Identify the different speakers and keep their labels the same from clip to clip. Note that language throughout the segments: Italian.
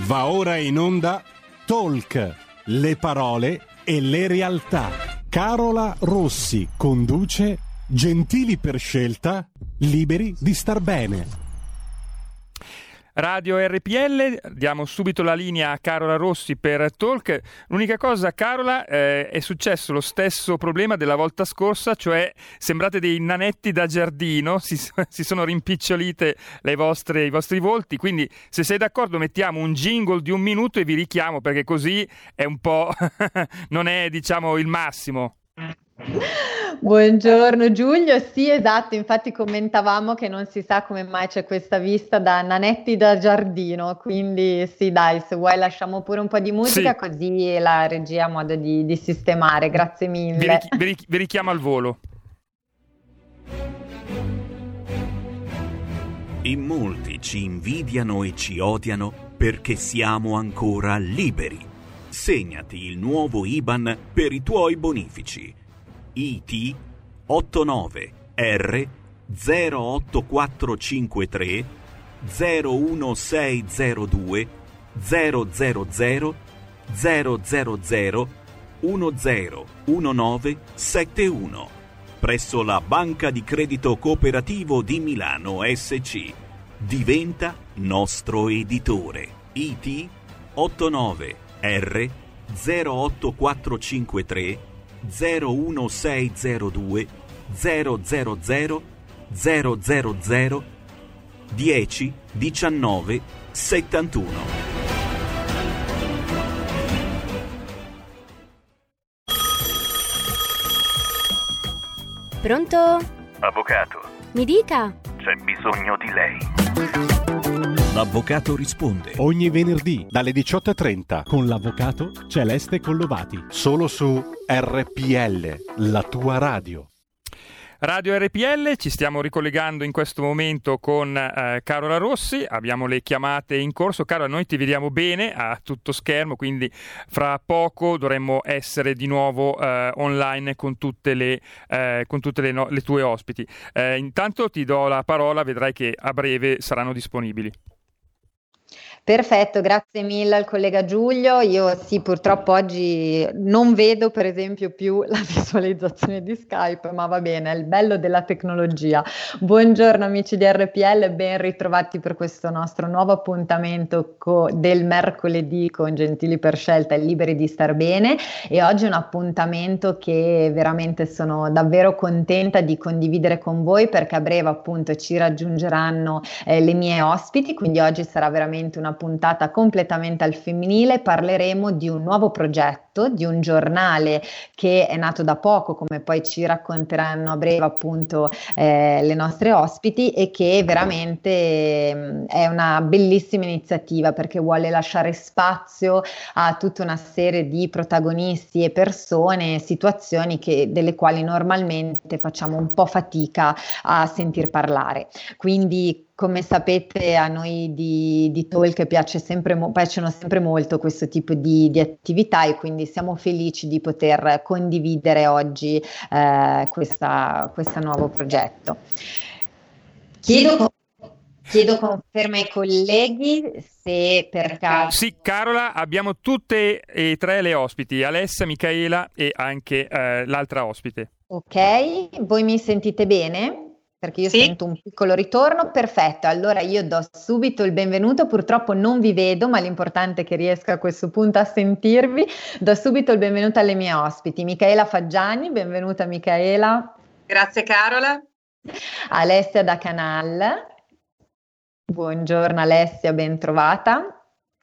Speaker 1: Va ora in onda Talk, le parole e le realtà. Carola Rossi conduce Gentili per scelta, liberi di star bene.
Speaker 2: Radio RPL, diamo subito la linea a Carola Rossi per Talk. L'unica cosa, Carola, è successo lo stesso problema della volta scorsa, cioè sembrate dei nanetti da giardino, si sono rimpicciolite i vostri volti, quindi se sei d'accordo mettiamo un jingle di 1 minuto e vi richiamo, perché così è un po' non è, diciamo, il massimo.
Speaker 3: Buongiorno Giulio, sì esatto, infatti commentavamo che non si sa come mai c'è questa vista da nanetti da giardino, quindi sì dai, se vuoi lasciamo pure un po' di musica, sì, così la regia ha modo di sistemare, grazie mille.
Speaker 2: Vi richiamo al volo.
Speaker 4: In molti ci invidiano e ci odiano perché siamo ancora liberi. Segnati il nuovo IBAN per i tuoi bonifici. IT 89 R 08453 01602 000 000 101971 presso la Banca di Credito Cooperativo di Milano SC. Diventa nostro editore. IT 89 R 08453 01602 000 000 10 19 71.
Speaker 5: Pronto?
Speaker 6: Avvocato.
Speaker 5: Mi dica.
Speaker 6: C'è bisogno di lei.
Speaker 4: L'avvocato risponde.
Speaker 1: Ogni venerdì dalle 18:30 con l'avvocato Celeste Collovati. Solo su RPL, la tua radio.
Speaker 2: Radio RPL, ci stiamo ricollegando in questo momento con Carola Rossi, abbiamo le chiamate in corso. Carola, noi ti vediamo bene a tutto schermo, quindi fra poco dovremmo essere di nuovo online con tutte le tue ospiti. Intanto ti do la parola, vedrai che a breve saranno disponibili.
Speaker 3: Perfetto, grazie mille al collega Giulio. Io sì, purtroppo oggi non vedo per esempio più la visualizzazione di Skype, ma va bene, è il bello della tecnologia. Buongiorno amici di RPL, ben ritrovati per questo nostro nuovo appuntamento del mercoledì con Gentili per scelta e liberi di star bene, e oggi è un appuntamento che veramente sono davvero contenta di condividere con voi, perché a breve appunto ci raggiungeranno le mie ospiti, quindi oggi sarà veramente una puntata completamente al femminile. Parleremo di un nuovo progetto, di un giornale che è nato da poco, come poi ci racconteranno a breve appunto le nostre ospiti, e che veramente è una bellissima iniziativa, perché vuole lasciare spazio a tutta una serie di protagonisti e persone, situazioni delle quali normalmente facciamo un po' fatica a sentir parlare. Quindi, come sapete, a noi di Talk piacciono sempre molto questo tipo di attività, e quindi siamo felici di poter condividere oggi questo nuovo progetto. Chiedo conferma ai colleghi se per caso...
Speaker 2: Sì, Carola, abbiamo tutte e tre le ospiti, Alessia, Micaela e anche l'altra ospite.
Speaker 3: Ok, voi mi sentite bene? Perché io sento un piccolo ritorno. Perfetto, allora io do subito il benvenuto. Purtroppo non vi vedo, ma l'importante è che riesca a questo punto a sentirvi. Do subito il benvenuto alle mie ospiti. Micaela Faggiani, benvenuta Micaela.
Speaker 7: Grazie Carola.
Speaker 3: Alessia da Canal. Buongiorno Alessia, ben trovata.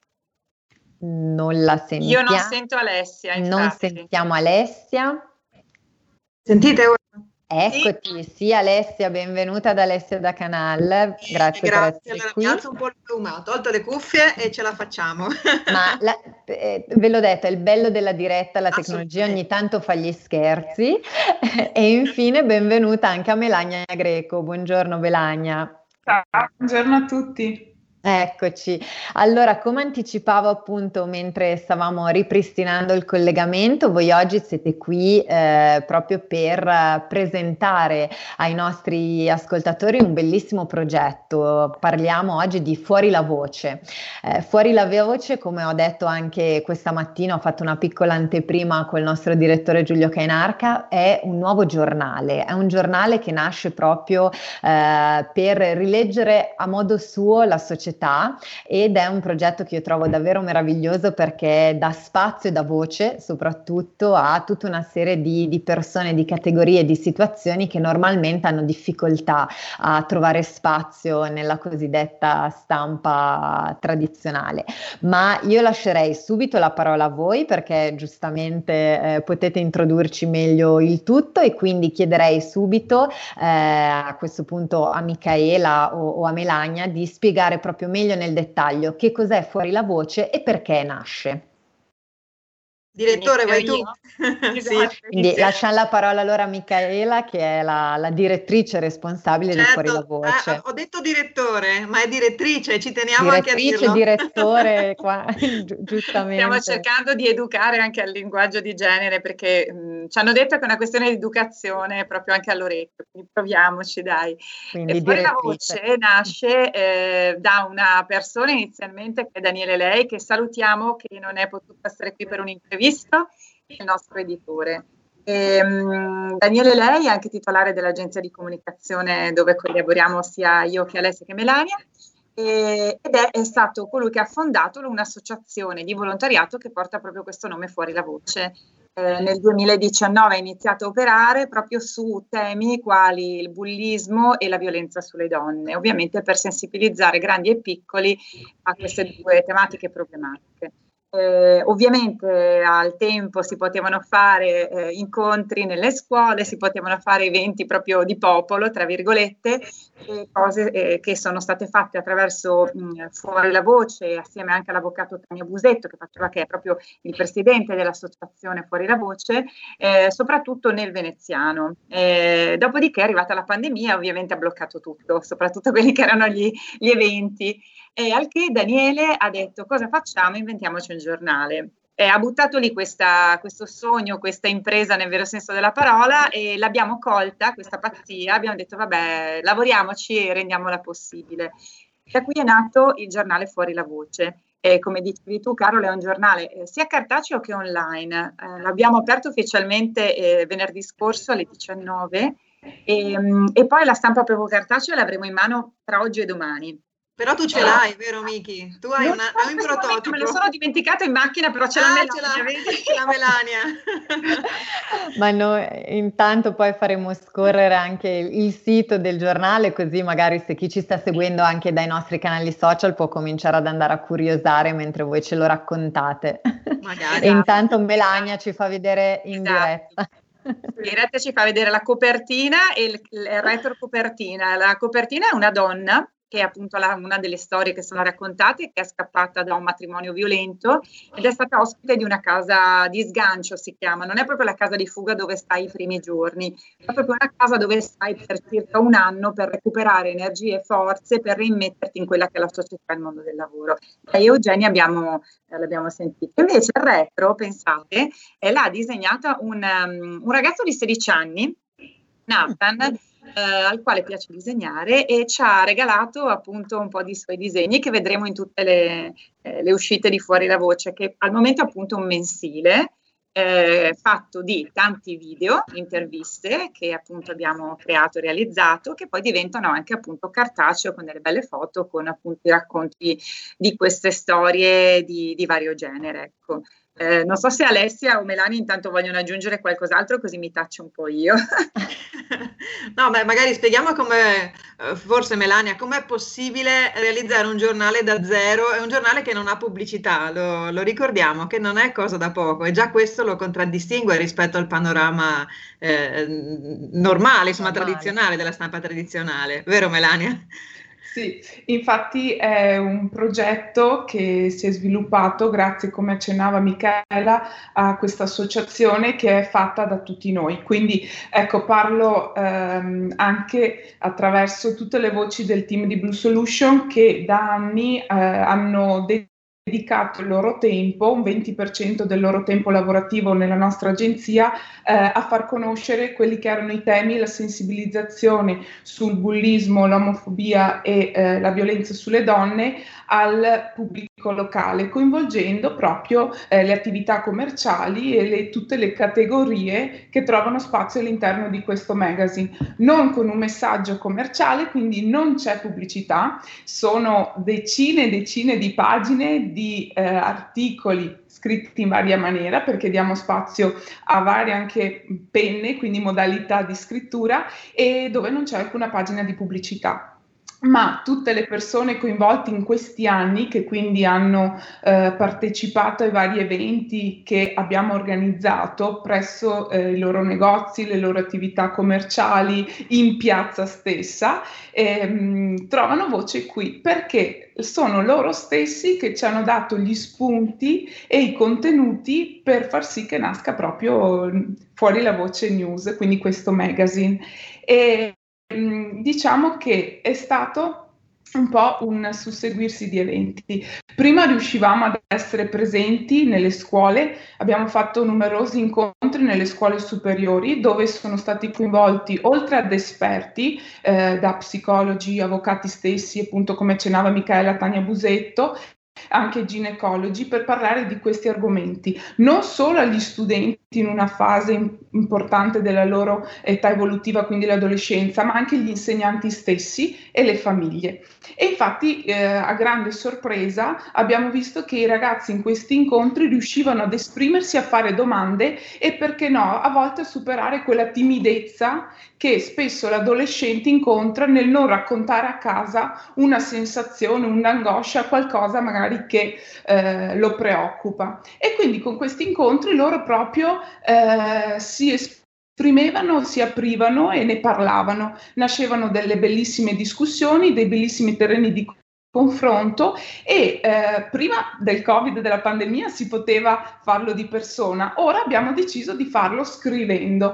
Speaker 3: Non la sentiamo.
Speaker 7: Io non sento Alessia, infatti.
Speaker 3: Non sentiamo Alessia.
Speaker 7: Sentite ora?
Speaker 3: Eccoti, sì Alessia, benvenuta ad Alessia da Canal, grazie per essere
Speaker 7: allora,
Speaker 3: qui.
Speaker 7: Mi alzo un po' il volume, ho tolto le cuffie e ce la facciamo.
Speaker 3: Ma ve l'ho detto, è il bello della diretta, la tecnologia ogni tanto fa gli scherzi. E infine benvenuta anche a Melania Greco, buongiorno Melania.
Speaker 8: Ciao, buongiorno a tutti.
Speaker 3: Eccoci. Allora, come anticipavo appunto mentre stavamo ripristinando il collegamento, voi oggi siete qui proprio per presentare ai nostri ascoltatori un bellissimo progetto. Parliamo oggi di Fuori la Voce. Fuori la Voce, come ho detto anche questa mattina, ho fatto una piccola anteprima col nostro direttore Giulio Cainarca, è un nuovo giornale, è un giornale che nasce proprio per rileggere a modo suo la società, ed è un progetto che io trovo davvero meraviglioso perché dà spazio e dà voce soprattutto a tutta una serie di persone, di categorie, di situazioni che normalmente hanno difficoltà a trovare spazio nella cosiddetta stampa tradizionale. Ma io lascerei subito la parola a voi perché giustamente potete introdurci meglio il tutto, e quindi chiederei subito a questo punto a Micaela o a Melania di spiegare proprio meglio nel dettaglio che cos'è Fuori la Voce e perché nasce.
Speaker 7: Direttore, vai tu.
Speaker 3: Esatto. Quindi lasciamo la parola allora a Micaela, che è la direttrice responsabile di Fuori la Voce.
Speaker 7: Ho detto direttore, ma è direttrice, ci teniamo anche a dirlo.
Speaker 3: Direttore, qua, giustamente.
Speaker 5: Stiamo cercando di educare anche al linguaggio di genere, perché ci hanno detto che è una questione di educazione proprio anche all'orecchio, quindi proviamoci, dai.
Speaker 3: Quindi
Speaker 5: Fuori la Voce nasce da una persona inizialmente, che è Daniele Lei, che salutiamo, che non è potuto essere qui per un'intervista, il nostro editore. Daniele Lei è anche titolare dell'agenzia di comunicazione dove collaboriamo sia io che Alessia che Melania, ed è stato colui che ha fondato un'associazione di volontariato che porta proprio questo nome, Fuori la Voce. Nel 2019 ha iniziato a operare proprio su temi quali il bullismo e la violenza sulle donne, ovviamente per sensibilizzare grandi e piccoli a queste due tematiche problematiche. Ovviamente al tempo si potevano fare incontri nelle scuole, si potevano fare eventi proprio di popolo, tra virgolette, cose che sono state fatte attraverso Fuori la Voce, assieme anche all'avvocato Tania Busetto, che è proprio il presidente dell'associazione Fuori la Voce, soprattutto nel veneziano. Dopodiché è arrivata la pandemia, ovviamente ha bloccato tutto, soprattutto quelli che erano gli eventi. E al che Daniele ha detto: cosa facciamo? Inventiamoci un giornale. Ha buttato lì questo sogno, questa impresa nel vero senso della parola, e l'abbiamo colta, questa pazzia, abbiamo detto vabbè, lavoriamoci e rendiamola possibile. Da qui è nato il giornale Fuori la Voce. Come dicevi tu, Carola, è un giornale sia cartaceo che online. L'abbiamo aperto ufficialmente venerdì scorso alle 19 e poi la stampa proprio cartacea l'avremo in mano tra oggi e domani.
Speaker 7: Però tu ce l'hai, vero Miki? Tu hai un prototipo.
Speaker 5: Me lo sono dimenticato in macchina, però ce l'ha
Speaker 7: Melania.
Speaker 3: Ma noi intanto poi faremo scorrere anche il sito del giornale, così magari se chi ci sta seguendo anche dai nostri canali social può cominciare ad andare a curiosare mentre voi ce lo raccontate.
Speaker 7: Magari.
Speaker 3: E intanto Melania ci fa vedere in diretta.
Speaker 5: In diretta ci fa vedere la copertina e il retro copertina. La copertina è una donna, che è appunto una delle storie che sono raccontate, che è scappata da un matrimonio violento ed è stata ospite di una casa di sgancio, si chiama. Non è proprio la casa di fuga dove stai i primi giorni, è proprio una casa dove stai per circa un anno per recuperare energie e forze, per rimetterti in quella che è la società e il mondo del lavoro. E Eugenia l'abbiamo sentito. Invece il retro, pensate, l'ha disegnata un ragazzo di 16 anni, Nathan, al quale piace disegnare, e ci ha regalato appunto un po' di suoi disegni che vedremo in tutte le uscite di Fuori la Voce, che al momento è appunto un mensile fatto di tanti video, interviste che appunto abbiamo creato e realizzato, che poi diventano anche appunto cartaceo con delle belle foto, con appunto i racconti di queste storie di vario genere, ecco. Non so se Alessia o Melania intanto vogliono aggiungere qualcos'altro, così mi taccio un po' io.
Speaker 7: No, ma magari spieghiamo come, forse Melania, com'è possibile realizzare un giornale da zero, è un giornale che non ha pubblicità, lo ricordiamo, che non è cosa da poco, e già questo lo contraddistingue rispetto al panorama normale, insomma, tradizionale, della stampa tradizionale, vero Melania?
Speaker 8: Sì, infatti è un progetto che si è sviluppato grazie, come accennava Michela, a questa associazione che è fatta da tutti noi. Quindi ecco, parlo anche attraverso tutte le voci del team di Blue Solution che da anni hanno dedicato il loro tempo, un 20% del loro tempo lavorativo nella nostra agenzia, a far conoscere quelli che erano i temi, la sensibilizzazione sul bullismo, l'omofobia e la violenza sulle donne al pubblico locale, coinvolgendo proprio le attività commerciali e tutte le categorie che trovano spazio all'interno di questo magazine. Non con un messaggio commerciale, quindi non c'è pubblicità, sono decine e decine di pagine di articoli scritti in varia maniera, perché diamo spazio a varie anche penne, quindi modalità di scrittura, e dove non c'è alcuna pagina di pubblicità. Ma tutte le persone coinvolte in questi anni, che quindi hanno partecipato ai vari eventi che abbiamo organizzato presso i loro negozi, le loro attività commerciali, in piazza stessa, trovano voce qui, perché sono loro stessi che ci hanno dato gli spunti e i contenuti per far sì che nasca proprio fuori la Voce News, quindi questo magazine. E diciamo che è stato un po' un susseguirsi di eventi. Prima riuscivamo ad essere presenti nelle scuole, abbiamo fatto numerosi incontri nelle scuole superiori dove sono stati coinvolti, oltre ad esperti da psicologi, avvocati stessi, appunto come accennava Michela, Tania Busetto, anche ginecologi, per parlare di questi argomenti, non solo agli studenti in una fase importante della loro età evolutiva, quindi l'adolescenza, ma anche gli insegnanti stessi e le famiglie. E infatti a grande sorpresa abbiamo visto che i ragazzi in questi incontri riuscivano ad esprimersi, a fare domande e, perché no, a volte a superare quella timidezza che spesso l'adolescente incontra nel non raccontare a casa una sensazione, un'angoscia, qualcosa magari che lo preoccupa. E quindi con questi incontri loro proprio si esprimevano, si aprivano e ne parlavano. Nascevano delle bellissime discussioni, dei bellissimi terreni di confronto e prima del Covid, della pandemia, si poteva farlo di persona. Ora abbiamo deciso di farlo scrivendo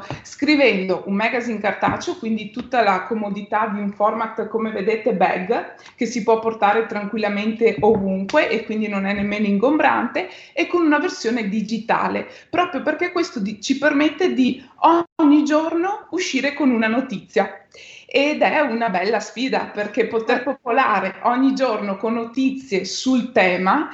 Speaker 8: un magazine cartaceo, quindi tutta la comodità di un format, come vedete, bag, che si può portare tranquillamente ovunque e quindi non è nemmeno ingombrante, e con una versione digitale, proprio perché questo ci permette di ogni giorno uscire con una notizia. Ed è una bella sfida, perché poter popolare ogni giorno con notizie sul tema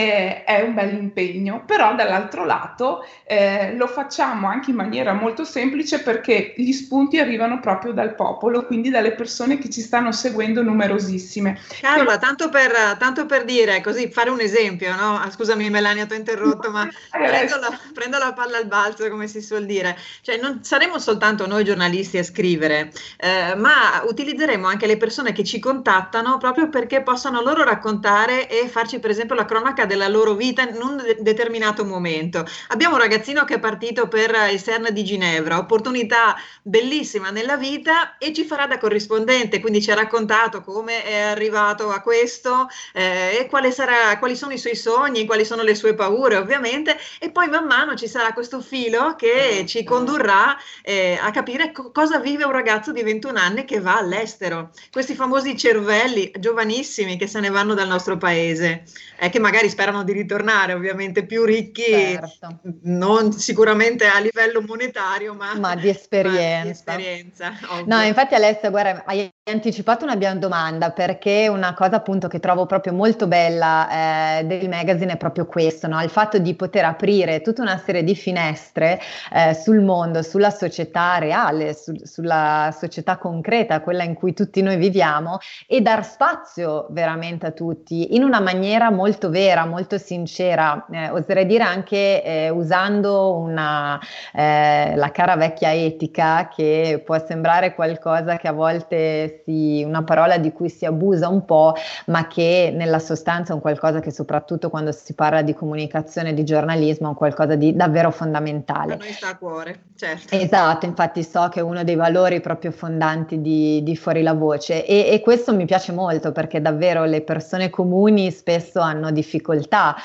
Speaker 8: è un bel impegno, però dall'altro lato lo facciamo anche in maniera molto semplice, perché gli spunti arrivano proprio dal popolo, quindi dalle persone che ci stanno seguendo, numerosissime.
Speaker 7: Carola, tanto per dire, così fare un esempio, no? Scusami Melania, ti ho interrotto, ma prendo la palla al balzo, come si suol dire. Cioè, non saremo soltanto noi giornalisti a scrivere, ma utilizzeremo anche le persone che ci contattano, proprio perché possano loro raccontare e farci per esempio la cronaca della loro vita in un determinato momento. Abbiamo un ragazzino che è partito per il CERN di Ginevra, opportunità bellissima nella vita, e ci farà da corrispondente, quindi ci ha raccontato come è arrivato a questo e quali sono i suoi sogni, quali sono le sue paure ovviamente, e poi man mano ci sarà questo filo che ci condurrà a capire cosa vive un ragazzo di 21 anni che va all'estero, questi famosi cervelli giovanissimi che se ne vanno dal nostro paese, che magari sperano di ritornare ovviamente più ricchi, certo, non sicuramente a livello monetario, ma di esperienza.
Speaker 3: No, infatti Alessia, guarda, hai anticipato una mia domanda, perché una cosa appunto che trovo proprio molto bella del magazine è proprio questo, no? Il fatto di poter aprire tutta una serie di finestre sul mondo, sulla società reale, sulla società concreta, quella in cui tutti noi viviamo, e dar spazio veramente a tutti in una maniera molto vera, molto sincera, oserei dire anche usando la cara vecchia etica, che può sembrare qualcosa che a volte una parola di cui si abusa un po', ma che nella sostanza è un qualcosa che soprattutto quando si parla di comunicazione, di giornalismo, è un qualcosa di davvero fondamentale.
Speaker 7: A noi sta a cuore, certo.
Speaker 3: Esatto, infatti so che è uno dei valori proprio fondanti di Fuori la Voce e questo mi piace molto perché davvero le persone comuni spesso hanno difficoltà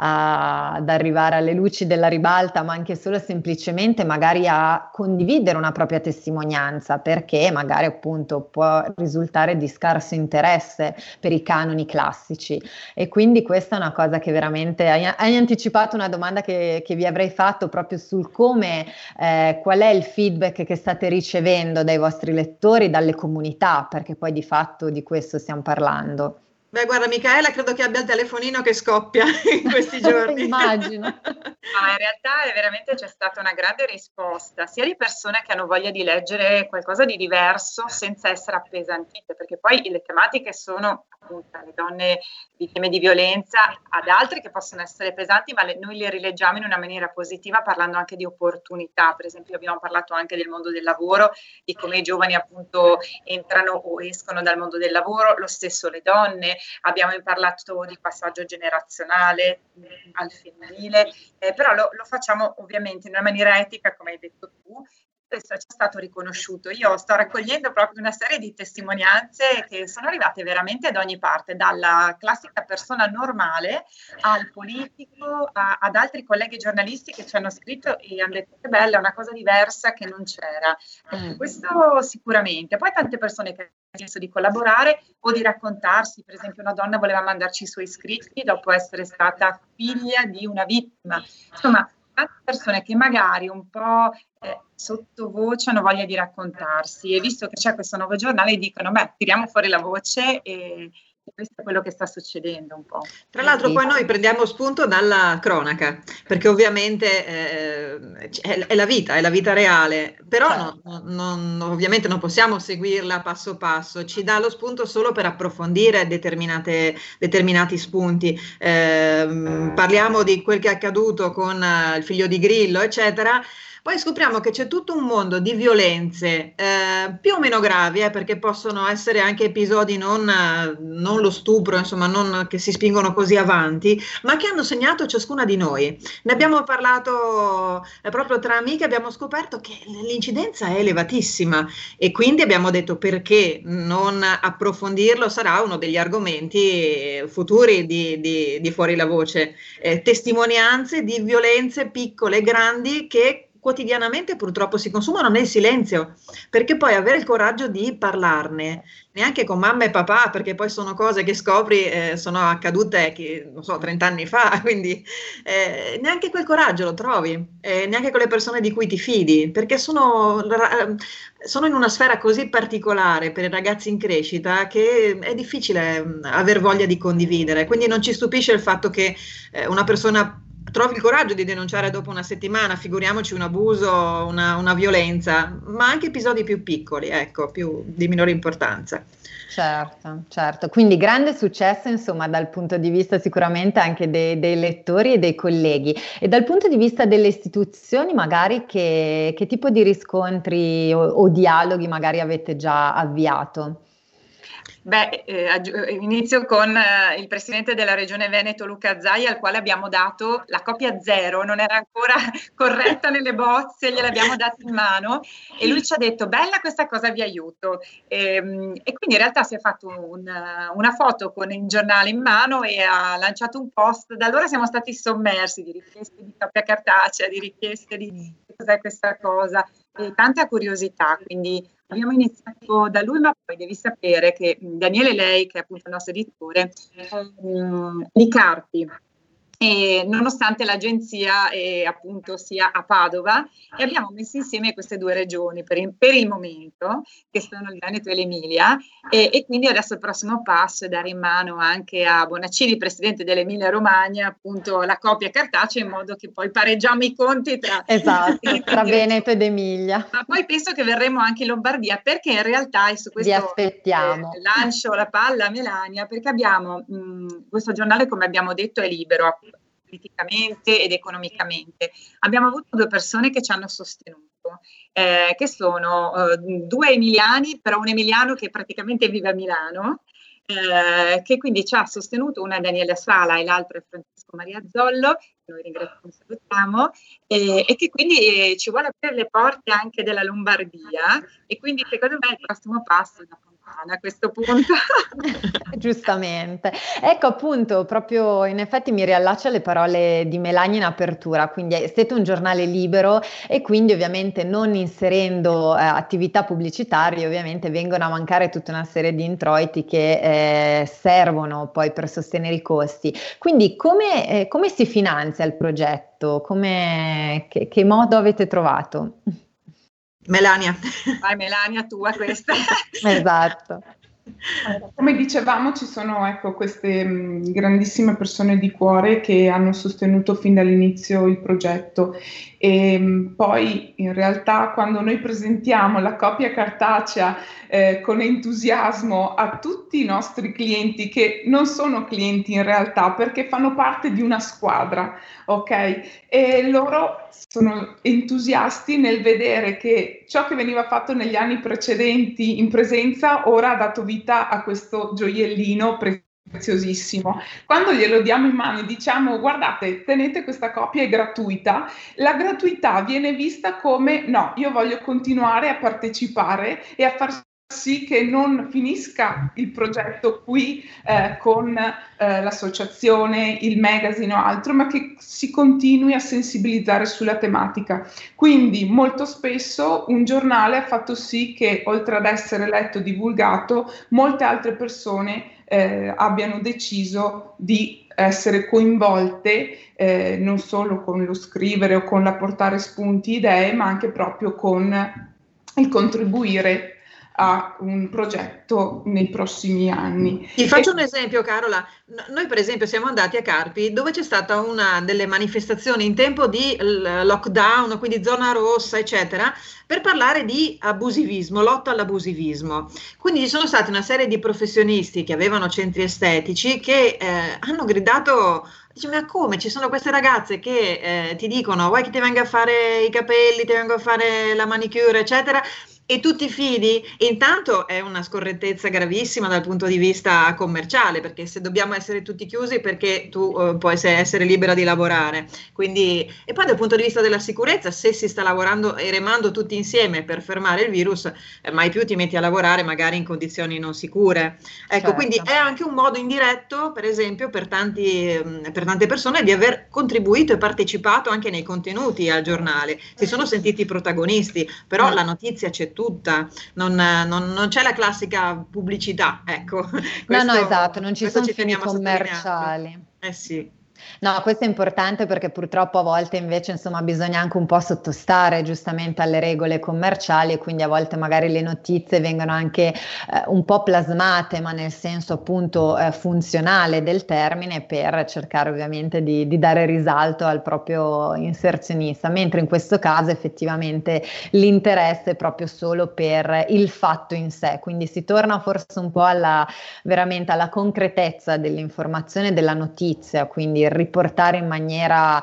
Speaker 3: ad arrivare alle luci della ribalta, ma anche solo semplicemente magari a condividere una propria testimonianza, perché magari appunto può risultare di scarso interesse per i canoni classici. E quindi questa è una cosa che veramente hai anticipato una domanda che vi avrei fatto proprio sul come, qual è il feedback che state ricevendo dai vostri lettori, dalle comunità, perché poi di fatto di questo stiamo parlando.
Speaker 7: Beh, guarda, Micaela credo che abbia il telefonino che scoppia in questi giorni.
Speaker 3: Immagino.
Speaker 5: Ma in realtà veramente c'è stata una grande risposta, sia di persone che hanno voglia di leggere qualcosa di diverso senza essere appesantite, perché poi le tematiche sono appunto le donne vittime di violenza, ad altri che possono essere pesanti, ma noi le rileggiamo in una maniera positiva parlando anche di opportunità. Per esempio abbiamo parlato anche del mondo del lavoro, di come i giovani appunto entrano o escono dal mondo del lavoro, lo stesso le donne. Abbiamo parlato di passaggio generazionale al femminile, però lo facciamo ovviamente in una maniera etica, come hai detto tu. Questo ci è stato riconosciuto. Io sto raccogliendo proprio una serie di testimonianze che sono arrivate veramente da ogni parte, dalla classica persona normale al politico, ad altri colleghi giornalisti che ci hanno scritto e hanno detto che bella, è una cosa diversa che non c'era. Questo sicuramente. Poi tante persone che hanno chiesto di collaborare o di raccontarsi. Per esempio una donna voleva mandarci i suoi scritti dopo essere stata figlia di una vittima. Insomma, tante persone che magari un po' sottovoce hanno voglia di raccontarsi, e visto che c'è questo nuovo giornale dicono beh, tiriamo fuori la voce, e questo è quello che sta succedendo un po'.
Speaker 7: Tra l'altro poi noi prendiamo spunto dalla cronaca, perché ovviamente è la vita reale, però ovviamente non possiamo seguirla passo passo, ci dà lo spunto solo per approfondire determinati spunti. Parliamo di quel che è accaduto con il figlio di Grillo, eccetera. Poi scopriamo che c'è tutto un mondo di violenze più o meno gravi, perché possono essere anche episodi non lo stupro, insomma, non che si spingono così avanti, ma che hanno segnato ciascuna di noi. Ne abbiamo parlato proprio tra amiche, abbiamo scoperto che l'incidenza è elevatissima e quindi abbiamo detto perché non approfondirlo, sarà uno degli argomenti futuri di Fuori la Voce. Testimonianze di violenze piccole e grandi che quotidianamente purtroppo si consumano nel silenzio, perché poi avere il coraggio di parlarne, neanche con mamma e papà, perché poi sono cose che scopri sono accadute, non so, 30 anni fa, quindi neanche quel coraggio lo trovi, neanche con le persone di cui ti fidi, perché sono in una sfera così particolare per i ragazzi in crescita che è difficile aver voglia di condividere, quindi non ci stupisce il fatto che una persona trovi il coraggio di denunciare dopo una settimana, figuriamoci un abuso, una violenza, ma anche episodi più piccoli, ecco, più di minore importanza.
Speaker 3: Certo, quindi grande successo insomma dal punto di vista sicuramente anche dei lettori e dei colleghi, e dal punto di vista delle istituzioni magari che tipo di riscontri o dialoghi magari avete già avviato?
Speaker 5: Beh, inizio con il presidente della Regione Veneto, Luca Zaia, al quale abbiamo dato la copia 0, non era ancora corretta nelle bozze, gliel'abbiamo data in mano e lui ci ha detto bella questa cosa, vi aiuto. E quindi in realtà si è fatto una foto con il giornale in mano e ha lanciato un post. Da allora siamo stati sommersi di richieste di copia cartacea, di richieste di cos'è questa cosa, e tanta curiosità, quindi abbiamo iniziato da lui, ma poi devi sapere che Daniele Lei, che è appunto il nostro editore, di Carpi, e nonostante l'agenzia appunto sia a Padova, e abbiamo messo insieme queste due regioni per il momento, che sono il Veneto e l'Emilia, e quindi adesso il prossimo passo è dare in mano anche a Bonaccini, presidente dell'Emilia Romagna, appunto la copia cartacea, in modo che poi pareggiamo i conti tra
Speaker 3: Veneto ed Emilia.
Speaker 5: Ma poi penso che verremo anche in Lombardia, perché in realtà, e su questo
Speaker 3: vi aspettiamo,
Speaker 5: lancio la palla a Melania, perché abbiamo questo giornale, come abbiamo detto, è libero politicamente ed economicamente. Abbiamo avuto 2 persone che ci hanno sostenuto, gruppo, che sono 2 emiliani, però un emiliano che praticamente vive a Milano, che quindi ci ha sostenuto, una è Daniela Sala e l'altro è Francesco Maria Zollo, noi ringraziamo e salutiamo, e che quindi ci vuole aprire le porte anche della Lombardia, e quindi secondo me il prossimo passo è una fontana a questo punto.
Speaker 3: Giustamente. Ecco, appunto, proprio in effetti mi riallaccio alle parole di Melania in apertura, quindi siete un giornale libero e quindi ovviamente non inserendo attività pubblicitarie ovviamente vengono a mancare tutta una serie di introiti che servono poi per sostenere i costi. Quindi come si finanzia il progetto? Che modo avete trovato?
Speaker 7: Melania.
Speaker 5: Vai Melania, tua questa.
Speaker 3: Esatto.
Speaker 8: Come dicevamo, ci sono queste grandissime persone di cuore che hanno sostenuto fin dall'inizio il progetto, e poi in realtà quando noi presentiamo la copia cartacea con entusiasmo a tutti i nostri clienti, che non sono clienti in realtà perché fanno parte di una squadra, ok? E loro sono entusiasti nel vedere che ciò che veniva fatto negli anni precedenti in presenza ora ha dato vita a questo gioiellino preziosissimo. Quando glielo diamo in mano e diciamo guardate, tenete questa copia, è gratuita, la gratuità viene vista come no, io voglio continuare a partecipare e a far sì che non finisca il progetto qui con l'associazione, il magazine o altro, ma che si continui a sensibilizzare sulla tematica. Quindi molto spesso un giornale ha fatto sì che, oltre ad essere letto e divulgato, molte altre persone abbiano deciso di essere coinvolte non solo con lo scrivere o con l'apportare spunti, idee, ma anche proprio con il contribuire a un progetto nei prossimi anni.
Speaker 7: Ti faccio un esempio, Carola. Noi per esempio siamo andati a Carpi, dove c'è stata una delle manifestazioni in tempo di lockdown, quindi zona rossa, eccetera, per parlare di abusivismo, lotta all'abusivismo. Quindi ci sono stati una serie di professionisti che avevano centri estetici che hanno gridato: dice, ma come? Ci sono queste ragazze che ti dicono vuoi che ti venga a fare i capelli, ti vengo a fare la manicure, eccetera, e tu ti fidi? Intanto è una scorrettezza gravissima dal punto di vista commerciale, perché se dobbiamo essere tutti chiusi, perché tu puoi essere libera di lavorare. Quindi, e poi dal punto di vista della sicurezza, se si sta lavorando e remando tutti insieme per fermare il virus, mai più ti metti a lavorare magari in condizioni non sicure. Ecco, certo. Quindi è anche un modo indiretto, per esempio, per tante persone di aver contribuito e partecipato anche nei contenuti al giornale. Si sono sentiti protagonisti, però la notizia c'è tutta, non c'è la classica pubblicità, ecco.
Speaker 3: No, esatto, non ci sono fini commerciali.
Speaker 7: Sì.
Speaker 3: No, questo è importante perché purtroppo a volte invece insomma bisogna anche un po' sottostare giustamente alle regole commerciali e quindi a volte magari le notizie vengono anche un po' plasmate, ma nel senso appunto funzionale del termine, per cercare ovviamente di dare risalto al proprio inserzionista, mentre in questo caso effettivamente l'interesse è proprio solo per il fatto in sé, quindi si torna forse un po' veramente alla concretezza dell'informazione, della notizia, quindi riportare in maniera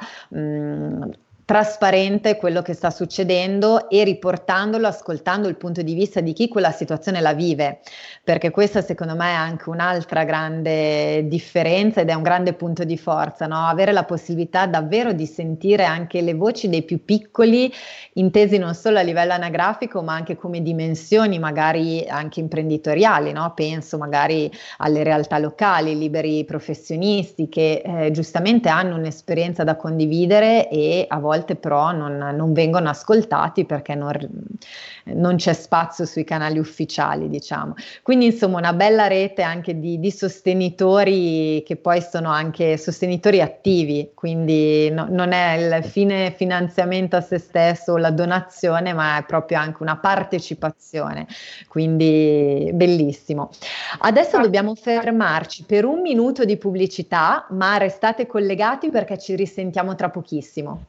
Speaker 3: trasparente quello che sta succedendo e riportandolo, ascoltando il punto di vista di chi quella situazione la vive, perché questa secondo me è anche un'altra grande differenza ed è un grande punto di forza, no? Avere la possibilità davvero di sentire anche le voci dei più piccoli, intesi non solo a livello anagrafico ma anche come dimensioni magari anche imprenditoriali, no? Penso magari alle realtà locali, liberi professionisti che giustamente hanno un'esperienza da condividere e a volte però non vengono ascoltati perché non c'è spazio sui canali ufficiali, diciamo. Quindi insomma una bella rete anche di sostenitori che poi sono anche sostenitori attivi, quindi non è il fine finanziamento a se stesso o la donazione, ma è proprio anche una partecipazione, quindi bellissimo. Adesso dobbiamo fermarci per 1 minuto di pubblicità, ma restate collegati perché ci risentiamo tra pochissimo.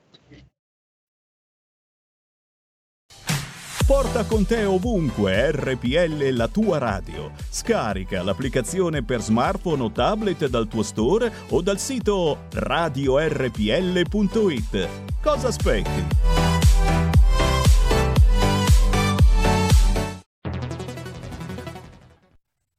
Speaker 9: Porta con te ovunque RPL, la tua radio. Scarica l'applicazione per smartphone o tablet dal tuo store o dal sito radiorpl.it. Cosa aspetti?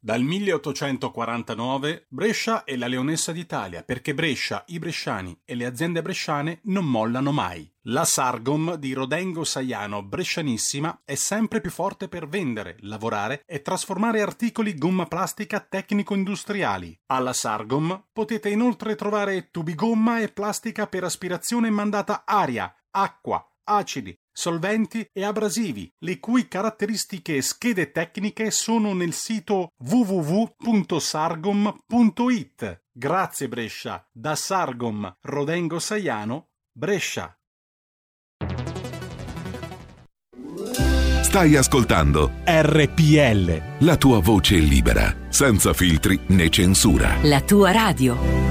Speaker 1: Dal 1849 Brescia è la leonessa d'Italia perché Brescia, i bresciani e le aziende bresciane non mollano mai. La Sargom di Rodengo Saiano Brescianissima è sempre più forte per vendere, lavorare e trasformare articoli gomma plastica tecnico-industriali. Alla Sargom potete inoltre trovare tubi gomma e plastica per aspirazione mandata aria, acqua, acidi, solventi e abrasivi, le cui caratteristiche e schede tecniche sono nel sito www.sargom.it. Grazie Brescia, da Sargom Rodengo Saiano, Brescia.
Speaker 10: Stai ascoltando
Speaker 1: RPL,
Speaker 10: la tua voce libera, senza filtri né censura.
Speaker 11: La tua radio.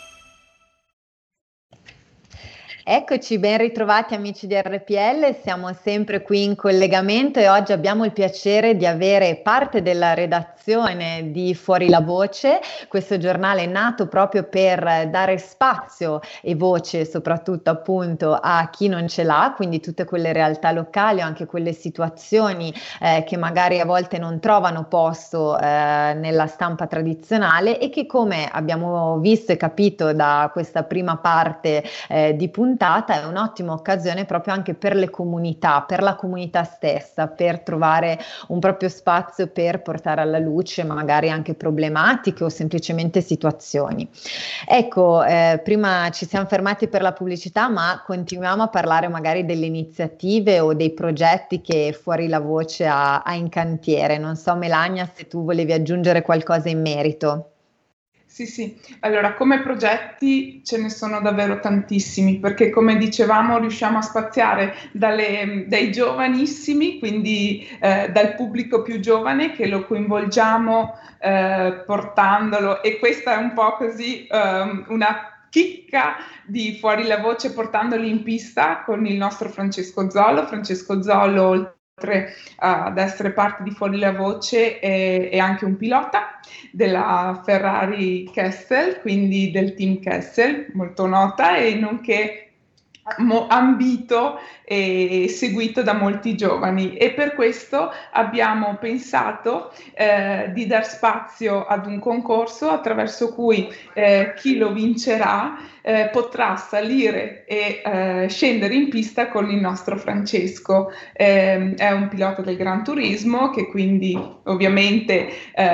Speaker 3: Eccoci, ben ritrovati amici di RPL, siamo sempre qui in collegamento e oggi abbiamo il piacere di avere parte della redazione di Fuori la Voce, questo giornale nato proprio per dare spazio e voce soprattutto appunto a chi non ce l'ha, quindi tutte quelle realtà locali o anche quelle situazioni che magari a volte non trovano posto nella stampa tradizionale e che, come abbiamo visto e capito da questa prima parte di puntata, è un'ottima occasione proprio anche per le comunità, per la comunità stessa, per trovare un proprio spazio per portare alla luce magari anche problematiche o semplicemente situazioni. Ecco, prima ci siamo fermati per la pubblicità, ma continuiamo a parlare magari delle iniziative o dei progetti che Fuori la Voce ha in cantiere. Non so Melania se tu volevi aggiungere qualcosa in merito.
Speaker 8: Sì, allora come progetti ce ne sono davvero tantissimi, perché come dicevamo riusciamo a spaziare dai giovanissimi, quindi dal pubblico più giovane che lo coinvolgiamo portandolo, e questa è un po' così una chicca di Fuori la Voce, portandoli in pista con il nostro Francesco Zollo, oltre ad essere parte di Fuori la Voce è anche un pilota della Ferrari Kessel, quindi del team Kessel, molto nota e nonché ambito e seguito da molti giovani, e per questo abbiamo pensato di dar spazio ad un concorso attraverso cui chi lo vincerà potrà salire e scendere in pista con il nostro Francesco. È un pilota del Gran Turismo che quindi ovviamente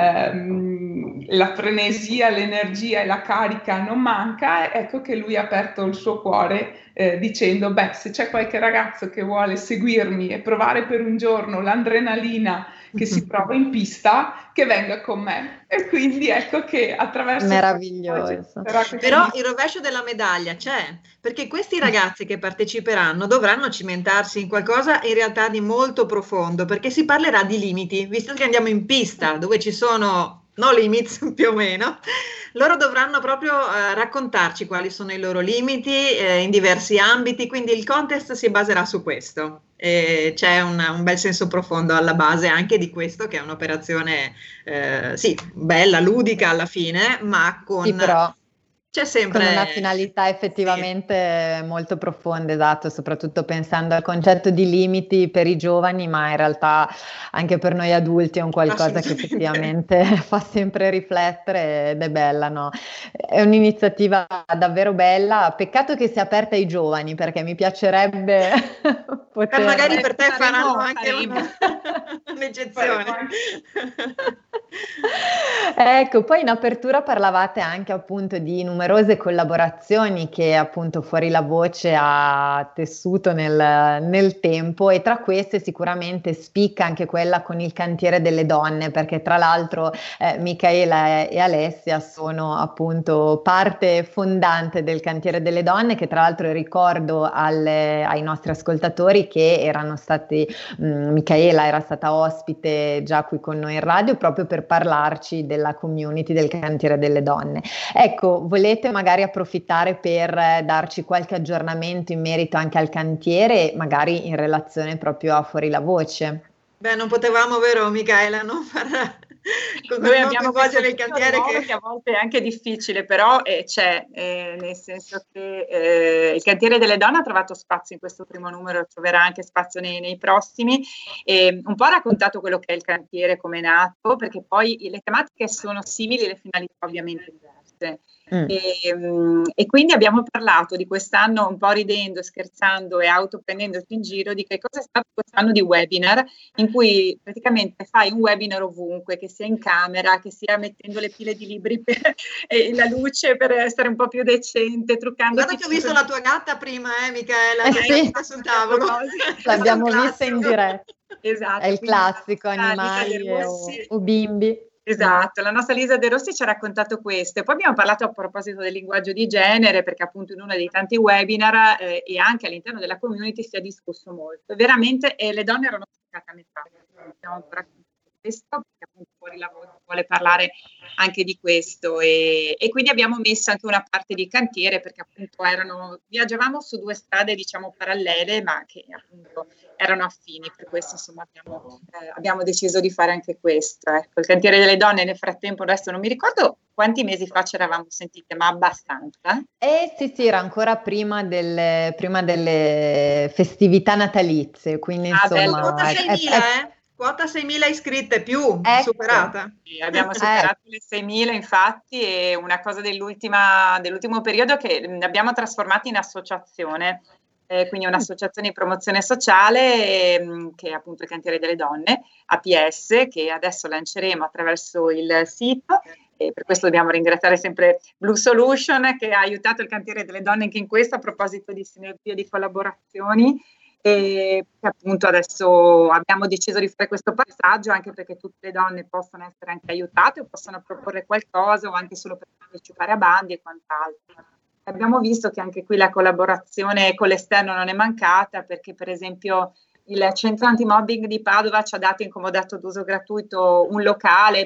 Speaker 8: la frenesia, l'energia e la carica non manca. Ecco che lui ha aperto il suo cuore dicendo: beh, se c'è qualche ragazzo che vuole seguirmi e provare per un giorno l'adrenalina che si prova in pista, che venga con me. E quindi ecco che attraverso
Speaker 3: meraviglioso.
Speaker 7: Però il rovescio della medaglia c'è, perché questi ragazzi che parteciperanno dovranno cimentarsi in qualcosa in realtà di molto profondo, perché si parlerà di limiti, visto che andiamo in pista dove ci sono no limits più o meno. Loro dovranno proprio raccontarci quali sono i loro limiti in diversi ambiti, quindi il contest si baserà su questo. C'è un bel senso profondo alla base anche di questo, che è un'operazione sì, bella, ludica alla fine, ma con...
Speaker 3: Sì, però...
Speaker 7: C'è sempre
Speaker 3: con una finalità effettivamente molto profonda, esatto, soprattutto pensando al concetto di limiti per i giovani, ma in realtà anche per noi adulti è un qualcosa che effettivamente fa sempre riflettere ed è bella, no? È un'iniziativa davvero bella, peccato che sia aperta ai giovani, perché mi piacerebbe poter...
Speaker 7: magari per te faranno anche un'eccezione.
Speaker 3: Ecco, poi in apertura parlavate anche appunto di numerose collaborazioni che appunto Fuori la Voce ha tessuto nel tempo, e tra queste sicuramente spicca anche quella con il Cantiere delle Donne, perché tra l'altro Micaela e Alessia sono appunto parte fondante del Cantiere delle Donne, che tra l'altro ricordo ai nostri ascoltatori che erano stati, Micaela era stata ospite già qui con noi in radio proprio per parlarci della community del Cantiere delle Donne. Ecco, volete magari approfittare per darci qualche aggiornamento in merito anche al cantiere, magari in relazione proprio a Fuori la Voce?
Speaker 7: Beh, non potevamo, vero Micaela, non far
Speaker 5: Noi abbiamo coinvolgere il cantiere che a volte è anche difficile, però c'è, nel senso che il cantiere delle donne ha trovato spazio in questo primo numero, troverà anche spazio nei prossimi. Un po' ha raccontato quello che è il cantiere, come è nato, perché poi le tematiche sono simili, le finalità ovviamente diverse. E quindi abbiamo parlato di quest'anno, un po' ridendo, scherzando e autoprendendoci in giro, di che cosa è stato quest'anno di webinar, in cui praticamente fai un webinar ovunque, che sia in camera, che sia mettendo le pile di libri e la luce per essere un po' più decente, truccando.
Speaker 7: Guarda che ho visto la tua gatta prima, Michaela, che
Speaker 3: sì,
Speaker 7: è sul tavolo.
Speaker 3: L'abbiamo vista in diretta.
Speaker 5: Esatto.
Speaker 3: È il classico, animali o bimbi.
Speaker 5: Esatto, la nostra Lisa De Rossi ci ha raccontato questo, e poi abbiamo parlato a proposito del linguaggio di genere, perché appunto in uno dei tanti webinar e anche all'interno della community si è discusso molto. Veramente le donne erano toccate a metà, abbiamo ancora questo, perché appunto fuori lavoro vuole parlare anche di questo, e quindi abbiamo messo anche una parte di cantiere, perché appunto viaggiavamo su due strade diciamo parallele, ma che appunto erano affini, per questo insomma abbiamo deciso di fare anche questo. Ecco, il cantiere delle donne nel frattempo, adesso non mi ricordo quanti mesi fa ci eravamo sentite, ma abbastanza.
Speaker 3: Sì, era ancora prima delle festività natalizie, quindi insomma...
Speaker 7: Quota 6.000, quota 6.000 iscritte più, superata.
Speaker 5: Sì, abbiamo superato le 6.000 infatti, e una cosa dell'ultimo periodo che abbiamo trasformato in associazione. Quindi un'associazione di promozione sociale che è appunto il Cantiere delle Donne, APS, che adesso lanceremo attraverso il sito, e per questo dobbiamo ringraziare sempre Blue Solution, che ha aiutato il Cantiere delle Donne anche in questo, a proposito di sinergie, di collaborazioni, e appunto adesso abbiamo deciso di fare questo passaggio anche perché tutte le donne possono essere anche aiutate o possono proporre qualcosa o anche solo per partecipare a bandi e quant'altro. Abbiamo visto che anche qui la collaborazione con l'esterno non è mancata, perché per esempio il centro antimobbing di Padova ci ha dato in comodato d'uso gratuito un locale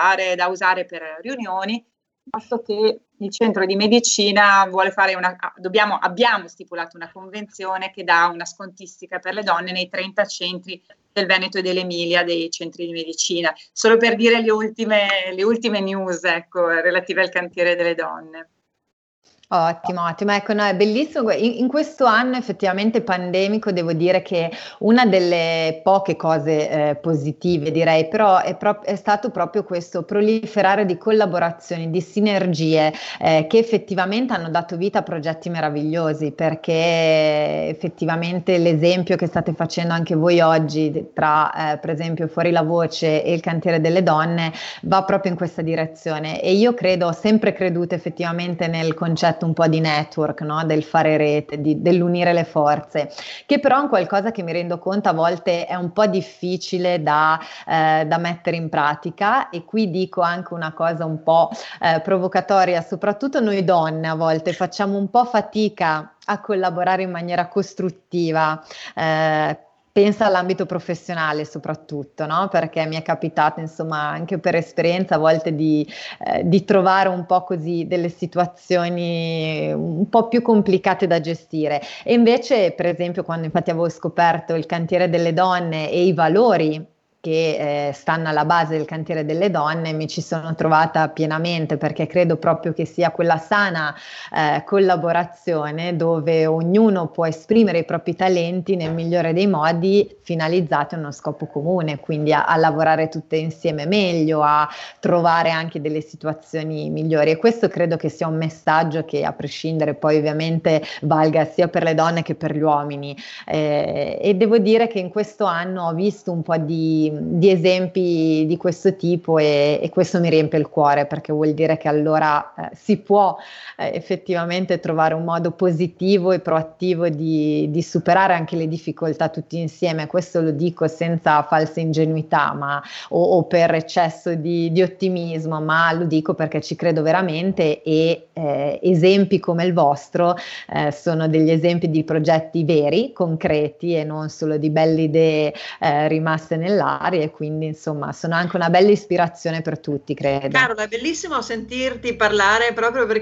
Speaker 5: da usare per riunioni, posto che il centro di medicina vuole fare abbiamo stipulato una convenzione che dà una scontistica per le donne nei 30 centri del Veneto e dell'Emilia, dei centri di medicina, solo per dire le ultime news, ecco, relative al cantiere delle donne.
Speaker 3: Ottimo, ecco, no, è bellissimo. In questo anno effettivamente pandemico devo dire che una delle poche cose positive, direi, però è stato proprio questo proliferare di collaborazioni, di sinergie che effettivamente hanno dato vita a progetti meravigliosi, perché effettivamente l'esempio che state facendo anche voi oggi tra per esempio Fuori la Voce e il Cantiere delle Donne va proprio in questa direzione, e io ho sempre creduto effettivamente nel concetto un po' di network, no? Del fare rete, dell'unire le forze, che però è un qualcosa che mi rendo conto a volte è un po' difficile da mettere in pratica, e qui dico anche una cosa un po' provocatoria, soprattutto noi donne a volte facciamo un po' fatica a collaborare in maniera costruttiva. Pensa all'ambito professionale soprattutto, no? Perché mi è capitato, insomma, anche per esperienza a volte di trovare un po' così delle situazioni un po' più complicate da gestire. E invece, per esempio, quando infatti avevo scoperto il Cantiere delle Donne e i valori che stanno alla base del Cantiere delle Donne, mi ci sono trovata pienamente, perché credo proprio che sia quella sana collaborazione dove ognuno può esprimere i propri talenti nel migliore dei modi, finalizzati a uno scopo comune, quindi a lavorare tutte insieme meglio, a trovare anche delle situazioni migliori, e questo credo che sia un messaggio che, a prescindere, poi ovviamente valga sia per le donne che per gli uomini, e devo dire che in questo anno ho visto un po' di esempi di questo tipo, e questo mi riempie il cuore, perché vuol dire che allora si può effettivamente trovare un modo positivo e proattivo di superare anche le difficoltà tutti insieme. Questo lo dico senza falsa ingenuità o per eccesso di ottimismo, ma lo dico perché ci credo veramente, e esempi come il vostro sono degli esempi di progetti veri, concreti, e non solo di belle idee rimaste nell'aria, e quindi insomma sono anche una bella ispirazione per tutti, credo.
Speaker 7: Carola, è bellissimo sentirti parlare, proprio perché si respira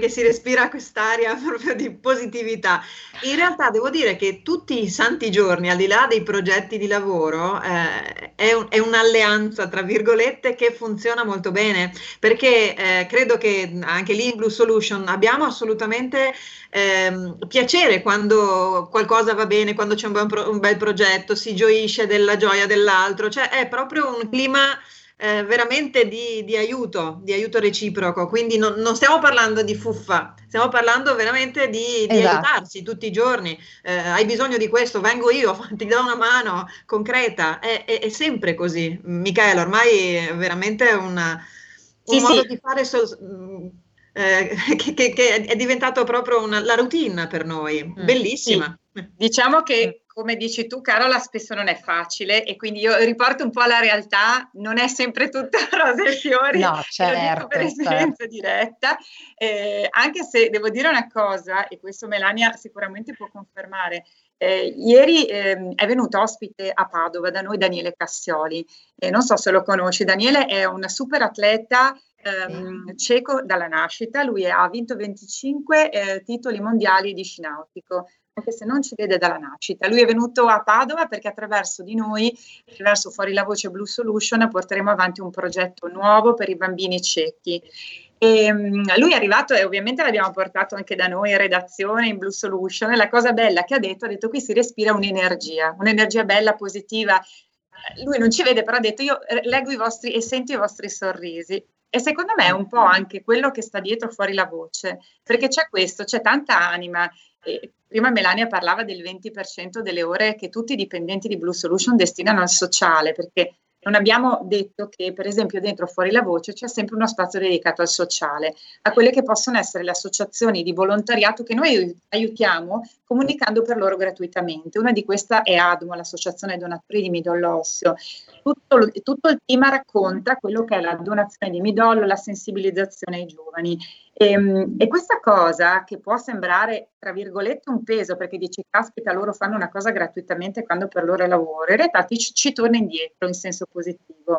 Speaker 7: respira quest'aria proprio di positività. In realtà devo dire che tutti i santi giorni, al di là dei progetti di lavoro, è un'alleanza, tra virgolette, che funziona molto bene, perché credo che anche lì in Blue Solution abbiamo assolutamente piacere quando qualcosa va bene, quando c'è un bel progetto, si gioisce della gioia dell'altro, cioè è proprio un clima veramente di aiuto reciproco, quindi non stiamo parlando di fuffa, stiamo parlando veramente di aiutarsi tutti i giorni. Hai bisogno di questo, vengo io, ti do una mano concreta, è sempre così. Michela, ormai è veramente un modo di fare che è diventato proprio la routine per noi, bellissima.
Speaker 5: Sì. Diciamo che, come dici tu, Carola, spesso non è facile, e quindi io riporto un po' alla realtà, non è sempre tutta rose e fiori,
Speaker 3: no, certo,
Speaker 5: per esperienza diretta, anche se devo dire una cosa, e questo Melania sicuramente può confermare. Ieri è venuto ospite a Padova da noi Daniele Cassioli, non so se lo conosci. Daniele è un super atleta ceco dalla nascita, lui ha vinto 25 titoli mondiali di sci nautico, anche se non ci vede dalla nascita. Lui è venuto a Padova perché attraverso di noi, attraverso Fuori la Voce Blue Solution, porteremo avanti un progetto nuovo per i bambini ciechi. E lui è arrivato e ovviamente l'abbiamo portato anche da noi in redazione in Blue Solution, e la cosa bella che ha detto qui si respira un'energia bella, positiva. Lui non ci vede, però ha detto: io leggo i vostri e sento i vostri sorrisi. E secondo me è un po' anche quello che sta dietro Fuori la Voce, perché c'è tanta anima. Prima Melania parlava del 20% delle ore che tutti i dipendenti di Blue Solution destinano al sociale, perché non abbiamo detto che, per esempio, dentro Fuori la Voce c'è sempre uno spazio dedicato al sociale, a quelle che possono essere le associazioni di volontariato che noi aiutiamo comunicando per loro gratuitamente. Una di queste è ADMO, l'Associazione Donatori di Midollo Osseo. Tutto il team racconta quello che è la donazione di midollo, la sensibilizzazione ai giovani. E questa cosa, che può sembrare tra virgolette un peso, perché dici caspita, loro fanno una cosa gratuitamente quando per loro è lavoro, in realtà ci torna indietro in senso positivo.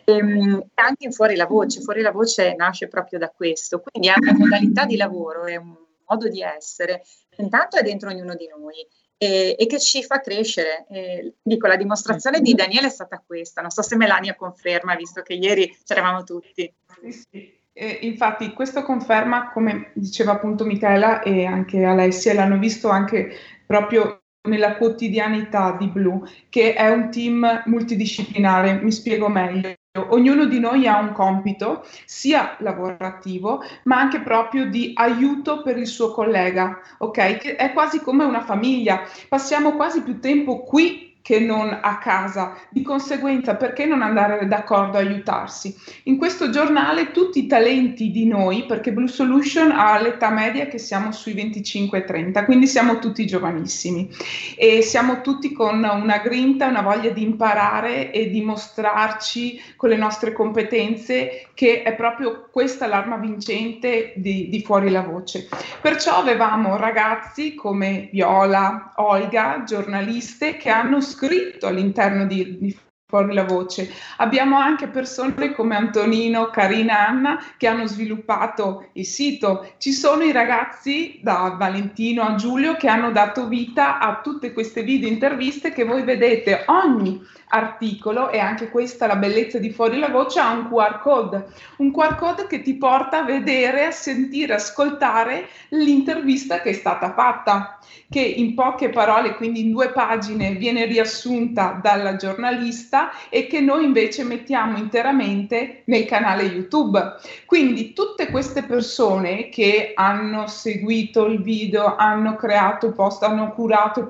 Speaker 5: Anche in Fuori la Voce nasce proprio da questo, quindi è una modalità di lavoro, è un modo di essere, intanto è dentro ognuno di noi e che ci fa crescere. Dico, la dimostrazione di Daniele è stata questa, non so se Melania conferma, visto che ieri c'eravamo tutti.
Speaker 8: Sì. Infatti questo conferma, come diceva appunto Michela e anche Alessia, l'hanno visto anche proprio nella quotidianità di Blue, che è un team multidisciplinare. Mi spiego meglio. Ognuno di noi ha un compito, sia lavorativo, ma anche proprio di aiuto per il suo collega, ok? Che è quasi come una famiglia. Passiamo quasi più tempo qui che non a casa, di conseguenza perché non andare d'accordo a aiutarsi? In questo giornale tutti i talenti di noi, perché Blue Solution ha l'età media che siamo sui 25-30, quindi siamo tutti giovanissimi e siamo tutti con una grinta, una voglia di imparare e di mostrarci con le nostre competenze, che è proprio questa l'arma vincente di Fuori la Voce. Perciò avevamo ragazzi come Viola, Olga, giornaliste che hanno scritto all'interno di Fuori la Voce. Abbiamo anche persone come Antonino, Carina, Anna che hanno sviluppato il sito. Ci sono i ragazzi da Valentino a Giulio che hanno dato vita a tutte queste video interviste che voi vedete. Ogni articolo, e anche questa la bellezza di Fuori la Voce, ha un QR code che ti porta a vedere, a sentire, ascoltare l'intervista che è stata fatta, che in poche parole, quindi in 2 pagine, viene riassunta dalla giornalista e che noi invece mettiamo interamente nel canale YouTube. Quindi tutte queste persone che hanno seguito il video, hanno creato il post, hanno curato il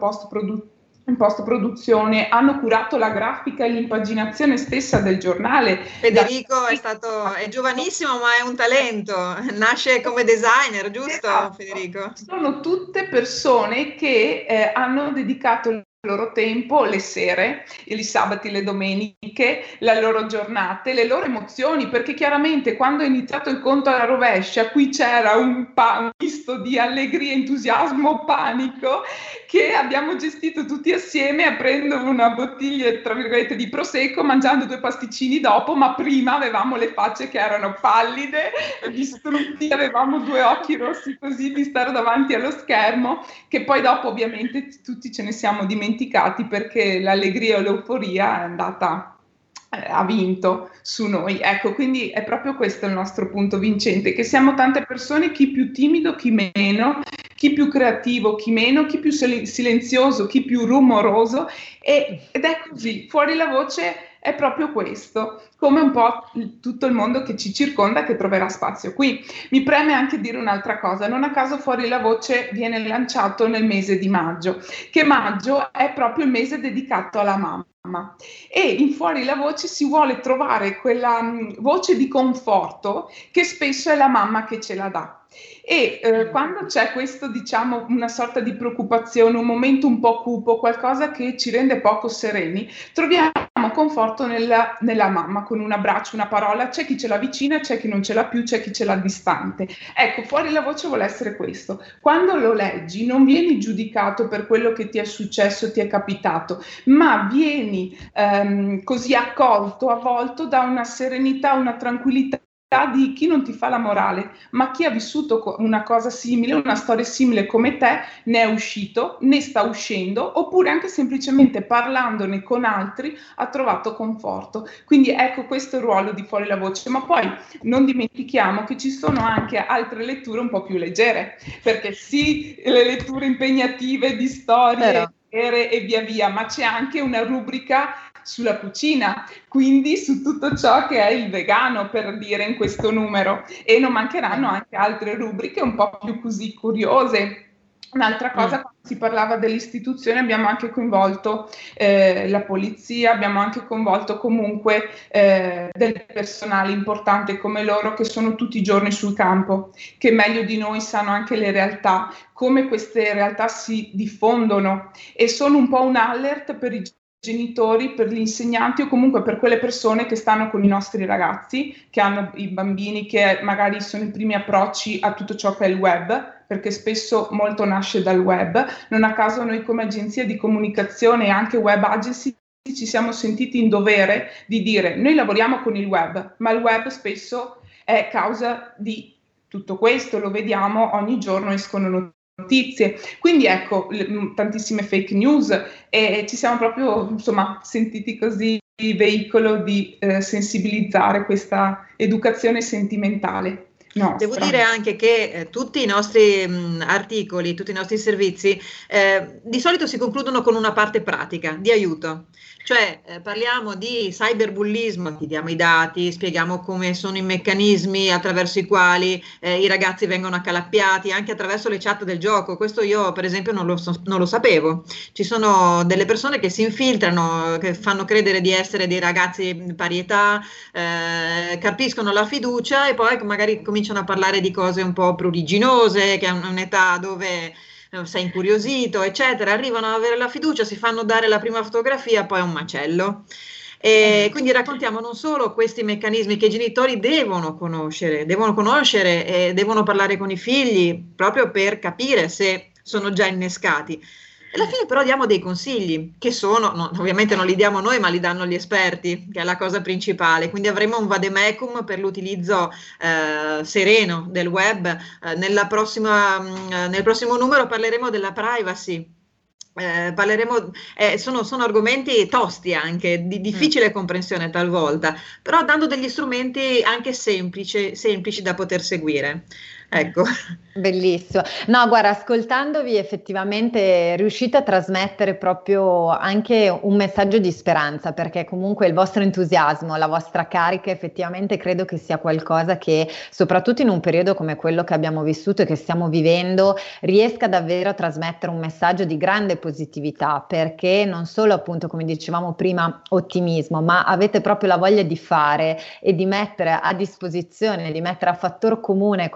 Speaker 8: in post-produzione, hanno curato la grafica e l'impaginazione stessa del giornale.
Speaker 7: Federico è giovanissimo, ma è un talento, nasce come designer, giusto? Esatto. Federico?
Speaker 8: Sono tutte persone che hanno dedicato loro tempo, le sere, i sabati, le domeniche, le loro giornate, le loro emozioni, perché chiaramente quando è iniziato il conto alla rovescia qui c'era un misto di allegria, entusiasmo, panico, che abbiamo gestito tutti assieme aprendo una bottiglia tra virgolette di prosecco, mangiando 2 pasticcini dopo, ma prima avevamo le facce che erano pallide, distrutti, avevamo 2 occhi rossi così di stare davanti allo schermo, che poi dopo ovviamente tutti ce ne siamo dimenticati perché l'allegria e l'euforia è andata, ha vinto su noi. Ecco, quindi è proprio questo il nostro punto vincente, che siamo tante persone, chi più timido, chi meno, chi più creativo, chi meno, chi più silenzioso, chi più rumoroso, ed è così, fuori la voce è proprio questo, come un po' tutto il mondo che ci circonda, che troverà spazio qui. Mi preme anche dire un'altra cosa, non a caso Fuori la Voce viene lanciato nel mese di maggio, che maggio è proprio il mese dedicato alla mamma, e in Fuori la Voce si vuole trovare quella voce di conforto che spesso è la mamma che ce la dà. E quando c'è questo, diciamo, una sorta di preoccupazione, un momento un po' cupo, qualcosa che ci rende poco sereni, troviamo conforto nella mamma, con un abbraccio, una parola. C'è chi ce l'ha vicina, c'è chi non ce l'ha più, c'è chi ce l'ha distante. Ecco, Fuori la Voce vuole essere questo. Quando lo leggi non vieni giudicato per quello che ti è successo, ti è capitato, ma vieni così accolto, avvolto da una serenità, una tranquillità di chi non ti fa la morale, ma chi ha vissuto una cosa simile, una storia simile come te, ne è uscito, ne sta uscendo, oppure anche semplicemente parlandone con altri ha trovato conforto. Quindi ecco, questo è il ruolo di Fuori la Voce, ma poi non dimentichiamo che ci sono anche altre letture un po' più leggere, perché sì, le letture impegnative di storie e via via, ma c'è anche una rubrica sulla cucina, quindi su tutto ciò che è il vegano, per dire, in questo numero, e non mancheranno anche altre rubriche un po' più così curiose. Un'altra cosa, quando si parlava dell'istituzione, abbiamo anche coinvolto la polizia, abbiamo anche coinvolto comunque del personale importante come loro, che sono tutti i giorni sul campo, che meglio di noi sanno anche le realtà, come queste realtà si diffondono, e sono un po' un alert per i genitori, per gli insegnanti o comunque per quelle persone che stanno con i nostri ragazzi, che hanno i bambini, che magari sono i primi approcci a tutto ciò che è il web, perché spesso molto nasce dal web. Non a caso noi come agenzia di comunicazione e anche web agency ci siamo sentiti in dovere di dire: noi lavoriamo con il web, ma il web spesso è causa di tutto questo, lo vediamo ogni giorno, escono notizie, quindi ecco, tantissime fake news, e ci siamo proprio, insomma, sentiti così veicolo di sensibilizzare questa educazione sentimentale nostra.
Speaker 7: Devo dire anche che tutti i nostri articoli, tutti i nostri servizi di solito si concludono con una parte pratica di aiuto. Cioè parliamo di cyberbullismo, ti diamo i dati, spieghiamo come sono i meccanismi attraverso i quali i ragazzi vengono accalappiati, anche attraverso le chat del gioco. Questo io per esempio non lo sapevo. Ci sono delle persone che si infiltrano, che fanno credere di essere dei ragazzi di pari età, capiscono la fiducia e poi magari cominciano a parlare di cose un po' pruriginose, che è un'età dove sei incuriosito, eccetera, arrivano ad avere la fiducia, si fanno dare la prima fotografia, poi è un macello. E quindi raccontiamo non solo questi meccanismi che i genitori devono conoscere e devono parlare con i figli proprio per capire se sono già innescati. Alla fine però diamo dei consigli che sono, ovviamente non li diamo noi, ma li danno gli esperti, che è la cosa principale. Quindi avremo un vademecum per l'utilizzo sereno del web. Nel prossimo numero parleremo della privacy. Sono argomenti tosti, anche di difficile comprensione talvolta, però dando degli strumenti anche semplici da poter seguire. Ecco.
Speaker 3: Bellissimo. No, guarda, ascoltandovi effettivamente riuscite a trasmettere proprio anche un messaggio di speranza, perché comunque il vostro entusiasmo, la vostra carica effettivamente credo che sia qualcosa che, soprattutto in un periodo come quello che abbiamo vissuto e che stiamo vivendo, riesca davvero a trasmettere un messaggio di grande positività, perché non solo, appunto, come dicevamo prima, ottimismo, ma avete proprio la voglia di fare e di mettere a disposizione, di mettere a fattor comune con altre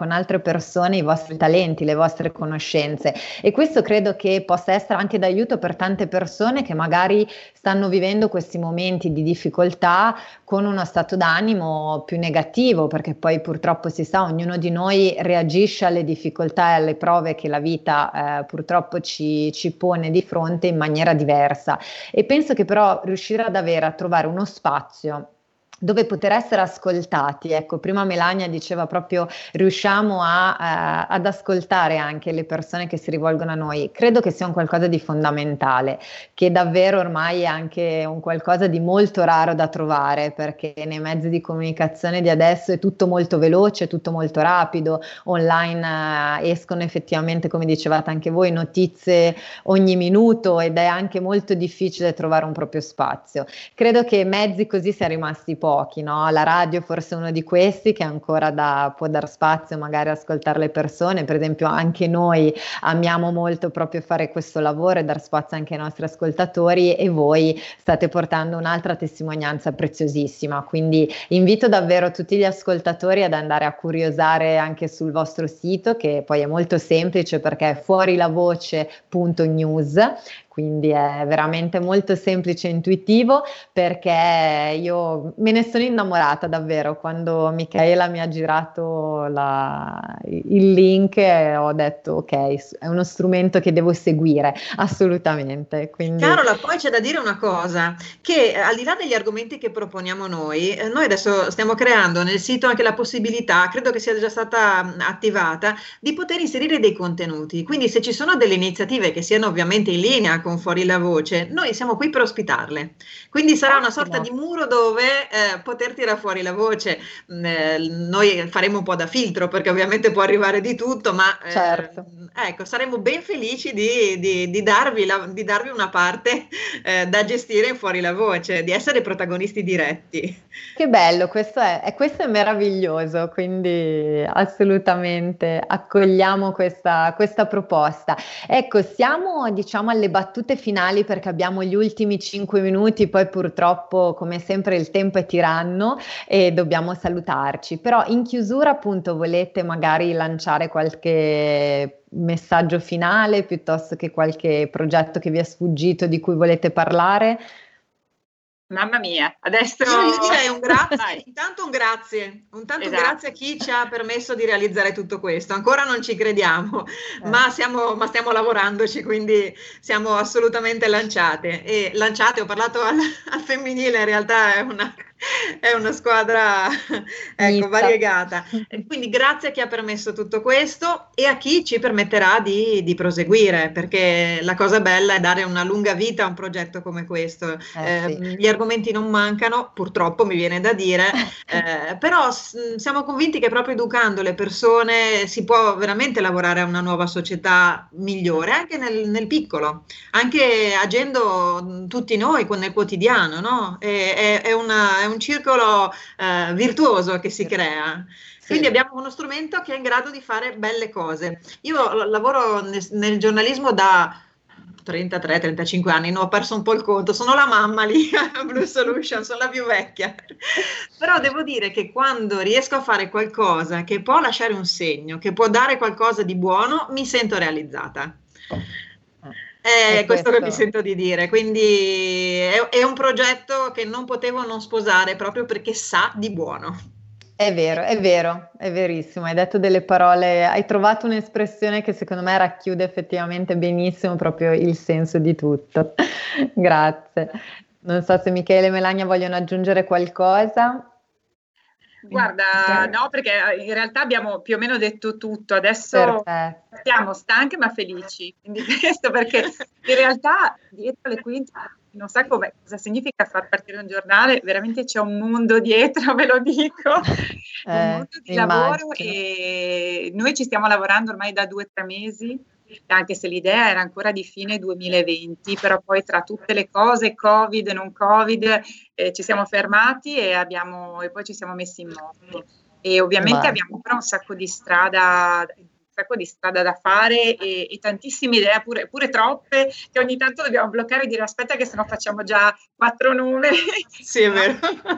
Speaker 3: persone i vostri talenti, le vostre conoscenze, e questo credo che possa essere anche d'aiuto per tante persone che magari stanno vivendo questi momenti di difficoltà con uno stato d'animo più negativo, perché poi purtroppo si sa, ognuno di noi reagisce alle difficoltà e alle prove che la vita purtroppo ci pone di fronte in maniera diversa, e penso che però riuscire ad avere, a trovare uno spazio dove poter essere ascoltati. Ecco, prima Melania diceva proprio riusciamo ad ascoltare anche le persone che si rivolgono a noi. Credo che sia un qualcosa di fondamentale, che davvero ormai è anche un qualcosa di molto raro da trovare, perché nei mezzi di comunicazione di adesso è tutto molto veloce, tutto molto rapido, online escono effettivamente, come dicevate anche voi, notizie ogni minuto, ed è anche molto difficile trovare un proprio spazio. Credo che mezzi così sia rimasti pochi, no? La radio forse è uno di questi che ancora può dar spazio magari a ascoltare le persone. Per esempio anche noi amiamo molto proprio fare questo lavoro e dar spazio anche ai nostri ascoltatori, e voi state portando un'altra testimonianza preziosissima, quindi invito davvero tutti gli ascoltatori ad andare a curiosare anche sul vostro sito, che poi è molto semplice perché è fuorilavoce.news. Quindi è veramente molto semplice e intuitivo, perché io me ne sono innamorata davvero quando Michaela mi ha girato il link, e ho detto ok, è uno strumento che devo seguire assolutamente. Quindi...
Speaker 7: Carola, poi c'è da dire una cosa, che al di là degli argomenti che proponiamo noi adesso stiamo creando nel sito anche la possibilità, credo che sia già stata attivata, di poter inserire dei contenuti. Quindi se ci sono delle iniziative che siano ovviamente in linea con Fuori la Voce, noi siamo qui per ospitarle, quindi sarà una sorta di muro dove poter tirare fuori la voce. Noi faremo un po' da filtro, perché ovviamente può arrivare di tutto, ma
Speaker 3: certo.
Speaker 7: Ecco, saremo ben felici di darvi una parte da gestire in Fuori la Voce, di essere protagonisti diretti.
Speaker 3: Che bello, questo è meraviglioso, quindi assolutamente accogliamo questa proposta. Ecco, siamo diciamo alle battute finali, perché abbiamo gli ultimi 5 minuti, poi purtroppo come sempre il tempo è tiranno e dobbiamo salutarci, però in chiusura appunto volete magari lanciare qualche messaggio finale, piuttosto che qualche progetto che vi è sfuggito di cui volete parlare?
Speaker 5: Mamma mia, adesso
Speaker 7: io direi un grazie, intanto un grazie, grazie a chi ci ha permesso di realizzare tutto questo. Ancora non ci crediamo, ma stiamo lavorandoci, quindi siamo assolutamente lanciate. Ho parlato al femminile, in realtà è una squadra variegata. Quindi grazie a chi ha permesso tutto questo e a chi ci permetterà di proseguire, perché la cosa bella è dare una lunga vita a un progetto come questo.
Speaker 3: Sì.
Speaker 7: Gli argomenti non mancano, purtroppo mi viene da dire, però siamo convinti che proprio educando le persone si può veramente lavorare a una nuova società migliore, anche nel piccolo, anche agendo tutti noi nel quotidiano, no? È un circolo virtuoso che si crea. Sì. Quindi abbiamo uno strumento che è in grado di fare belle cose. Io lavoro nel giornalismo da 33-35 anni, ho perso un po' il conto, sono la mamma lì a Blue Solution, sono la più vecchia, però devo dire che quando riesco a fare qualcosa che può lasciare un segno, che può dare qualcosa di buono, mi sento realizzata. È questo che mi sento di dire, quindi è un progetto che non potevo non sposare, proprio perché sa di buono.
Speaker 3: È vero, è verissimo, hai detto delle parole, hai trovato un'espressione che secondo me racchiude effettivamente benissimo proprio il senso di tutto. Grazie. Non so se Michele e Melania vogliono aggiungere qualcosa.
Speaker 5: Guarda, no, perché in realtà abbiamo più o meno detto tutto, adesso siamo stanche ma felici, quindi questo perché in realtà dietro le quinte non sa cosa significa far partire un giornale, veramente c'è un mondo dietro, ve lo dico, un mondo di lavoro, e noi ci stiamo lavorando ormai da 2 o 3 mesi, anche se l'idea era ancora di fine 2020, però poi tra tutte le cose, Covid, non Covid, ci siamo fermati e poi ci siamo messi in moto. E ovviamente abbiamo ancora un sacco di strada sacco di strada da fare e tantissime idee, pure troppe, che ogni tanto dobbiamo bloccare e dire aspetta che sennò facciamo già 4 numeri.
Speaker 7: Sì, è vero.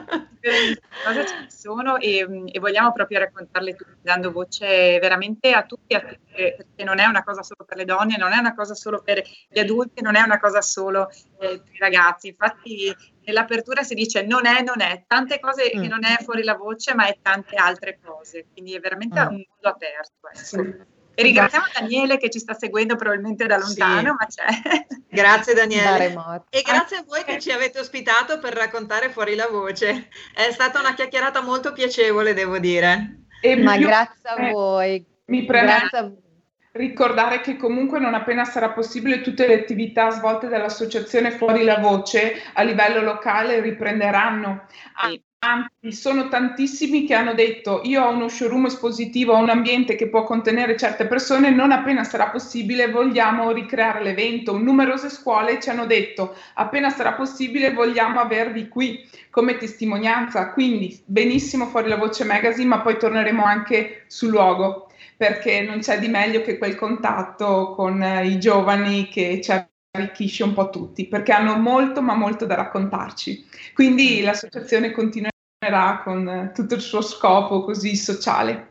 Speaker 5: Cose ce ne sono e vogliamo proprio raccontarle tutte, dando voce veramente a tutti, perché non è una cosa solo per le donne, non è una cosa solo per gli adulti, non è una cosa solo per i ragazzi. Infatti nell'apertura si dice non è, tante cose che non è fuori la voce, ma è tante altre cose, quindi è veramente un mondo aperto. Ecco. E ringraziamo Daniele che ci sta seguendo probabilmente da lontano, ma c'è.
Speaker 7: Grazie Daniele. E grazie a voi che ci avete ospitato per raccontare Fuori la Voce. È stata una chiacchierata molto piacevole, devo dire.
Speaker 3: Ma grazie a voi.
Speaker 8: Mi preme ricordare che comunque non appena sarà possibile tutte le attività svolte dall'associazione Fuori la Voce a livello locale riprenderanno. Anzi, sono tantissimi che hanno detto io ho uno showroom espositivo, ho un ambiente che può contenere certe persone, non appena sarà possibile vogliamo ricreare l'evento. Numerose scuole ci hanno detto appena sarà possibile vogliamo avervi qui come testimonianza, quindi benissimo Fuori la Voce Magazine, ma poi torneremo anche sul luogo, perché non c'è di meglio che quel contatto con i giovani che ci arricchisce un po' tutti, perché hanno molto ma molto da raccontarci. Quindi l'associazione continuerà con tutto il suo scopo così sociale.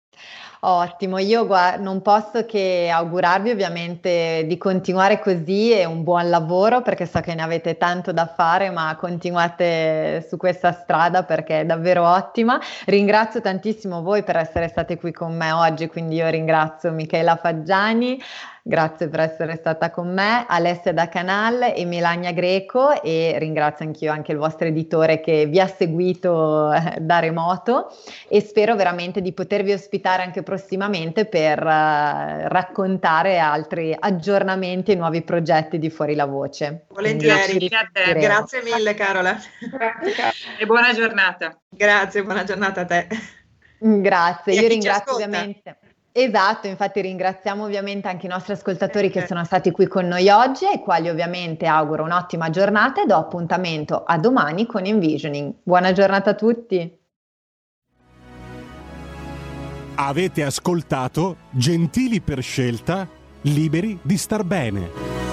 Speaker 3: Ottimo, io non posso che augurarvi ovviamente di continuare così e un buon lavoro, perché so che ne avete tanto da fare, ma continuate su questa strada perché è davvero ottima. Ringrazio tantissimo voi per essere state qui con me oggi, quindi io ringrazio Michela Faggiani. Grazie per essere stata con me, Alessia da Canal e Melania Greco, e ringrazio anch'io anche il vostro editore che vi ha seguito da remoto, e spero veramente di potervi ospitare anche prossimamente per raccontare altri aggiornamenti e nuovi progetti di Fuori la Voce.
Speaker 7: Volentieri, grazie mille Carola.
Speaker 5: E buona giornata.
Speaker 7: Grazie, buona giornata a te.
Speaker 3: Grazie, io ringrazio ovviamente. Esatto, infatti ringraziamo ovviamente anche i nostri ascoltatori che sono stati qui con noi oggi, ai quali ovviamente auguro un'ottima giornata e do appuntamento a domani con Envisioning. Buona giornata a tutti.
Speaker 1: Avete ascoltato Gentili per scelta, liberi di star bene.